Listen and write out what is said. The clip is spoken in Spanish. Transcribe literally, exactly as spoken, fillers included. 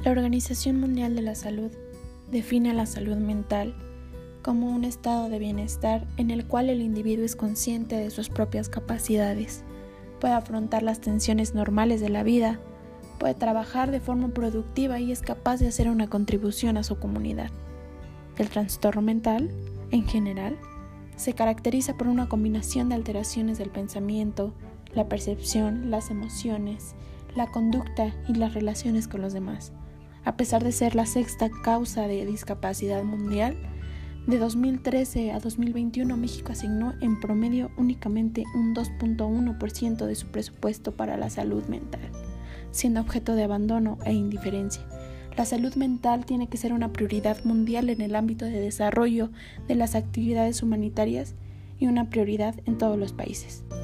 La Organización Mundial de la Salud define la salud mental como un estado de bienestar en el cual el individuo es consciente de sus propias capacidades, puede afrontar las tensiones normales de la vida, puede trabajar de forma productiva y es capaz de hacer una contribución a su comunidad. El trastorno mental, en general, se caracteriza por una combinación de alteraciones del pensamiento, la percepción, las emociones, la conducta y las relaciones con los demás. A pesar de ser la sexta causa de discapacidad mundial, de dos mil trece a dos mil veintiuno México asignó en promedio únicamente un dos punto uno por ciento de su presupuesto para la salud mental, siendo objeto de abandono e indiferencia. La salud mental tiene que ser una prioridad mundial en el ámbito de desarrollo de las actividades humanitarias y una prioridad en todos los países.